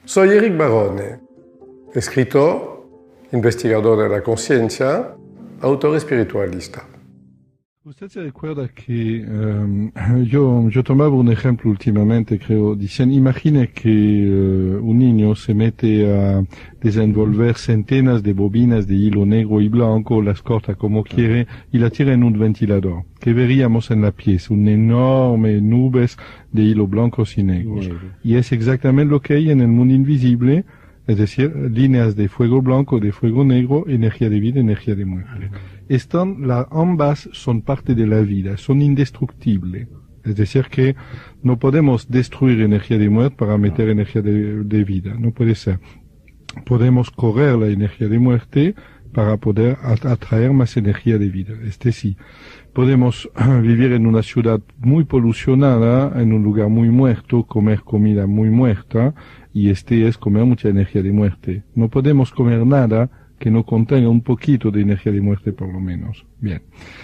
Soy Eric Barone, escritor, investigador de la conciencia, autor espiritualista. Usted se recuerda que yo tomaba un ejemplo últimamente, creo, dicen, imagine que un niño se mete a desenvolver centenas de bobinas de hilo negro y blanco, las corta como quiere y la tira en un ventilador. ¿Qué veríamos en la pieza? Un enorme nubes de hilo blancos y negros. Y es exactamente lo que hay en el mundo invisible, es decir, líneas de fuego blanco, de fuego negro, energía de vida, energía de muerte. Ambas son parte de la vida, son indestructibles. Es decir, que no podemos destruir energía de muerte para meter energía de vida. No puede ser. Podemos correr la energía de muerte para poder atraer más energía de vida. Sí. Podemos vivir en una ciudad muy polucionada, en un lugar muy muerto, comer comida muy muerta, y es comer mucha energía de muerte. No podemos comer nada que no contenga un poquito de energía de muerte por lo menos. Bien.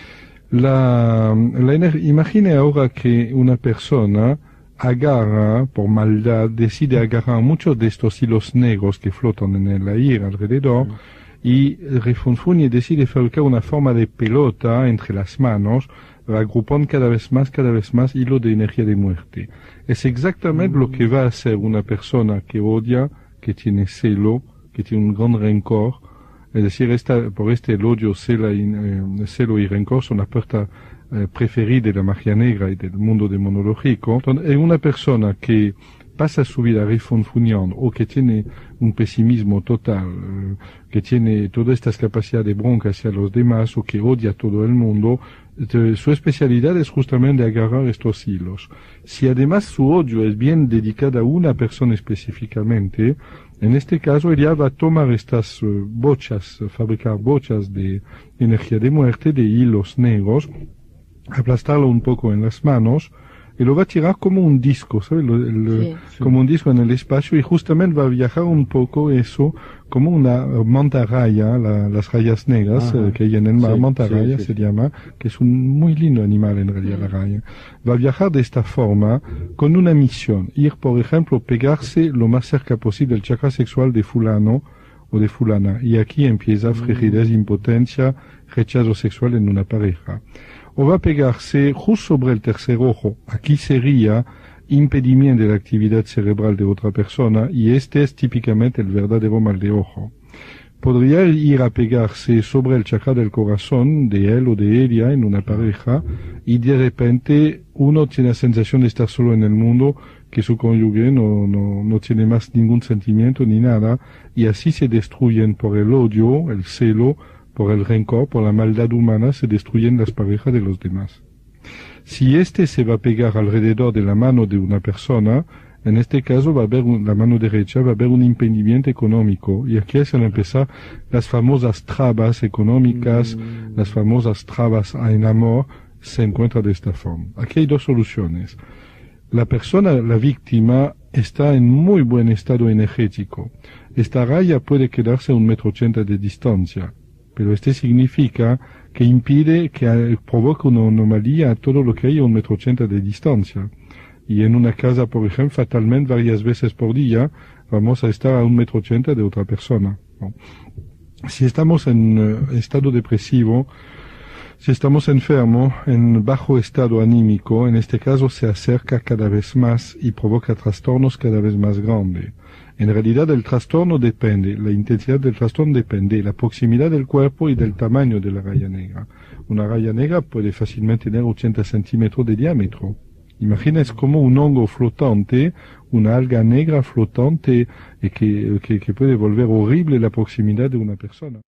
Imagine ahora que una persona agarra, por maldad, decide agarrar muchos de estos hilos negros que flotan en el aire alrededor y refunfuña y decide fabricar una forma de pelota entre las manos, agrupando cada vez más hilo de energía de muerte. Es exactamente lo que va a hacer una persona que odia, que tiene celo, que tiene un gran rencor. Es decir, el odio, celo y rencor son la puerta preferida de la magia negra y del mundo demonológico. Entonces, una persona que pasa su vida refunfuñando o que tiene un pesimismo total, que tiene todas estas capacidades de bronca hacia los demás o que odia a todo el mundo, su especialidad es justamente agarrar estos hilos. Si además su odio es bien dedicado a una persona específicamente, en este caso ella va a tomar estas fabricar bochas de energía de muerte, de hilos negros, aplastarlo un poco en las manos, y lo va a tirar como un disco, ¿sabes? Como un disco en el espacio, y justamente va a viajar un poco eso, como una mantarraya, las rayas negras que hay en el mar, mantarraya se llama, que es un muy lindo animal en realidad la raya. Va a viajar de esta forma con una misión, ir por ejemplo, pegarse lo más cerca posible del chakra sexual de fulano o de fulana, y aquí empieza frigidez, impotencia, rechazo sexual en una pareja. O va a pegarse justo sobre el tercer ojo. Aquí sería impedimento de la actividad cerebral de otra persona y este es típicamente el verdadero mal de ojo. Podría ir a pegarse sobre el chakra del corazón de él o de ella en una pareja y de repente uno tiene la sensación de estar solo en el mundo, que su cónyuge no tiene más ningún sentimiento ni nada y así se destruyen por el odio, el celo, por el rencor, por la maldad humana, se destruyen las parejas de los demás. Si se va a pegar alrededor de la mano de una persona, en este caso va a haber la mano derecha, va a haber un impedimento económico. Y aquí es al empezar las famosas trabas económicas, las famosas trabas en amor, se encuentran de esta forma. Aquí hay dos soluciones. La persona, la víctima, está en muy buen estado energético. Esta raya puede quedarse a 1,80 m de distancia. Pero significa que impide, que provoca una anomalía a todo lo que hay a 1,80 m de distancia. Y en una casa, por ejemplo, fatalmente varias veces por día, vamos a estar a 1,80 m de otra persona. ¿No? Si estamos en estado depresivo, si estamos enfermos, en bajo estado anímico, en este caso se acerca cada vez más y provoca trastornos cada vez más grandes. En realidad el trastorno depende, la intensidad del trastorno depende de la proximidad del cuerpo y del tamaño de la raya negra. Una raya negra puede fácilmente tener 80 centímetros de diámetro. Imagina, es como un hongo flotante, una alga negra flotante que puede volver horrible la proximidad de una persona.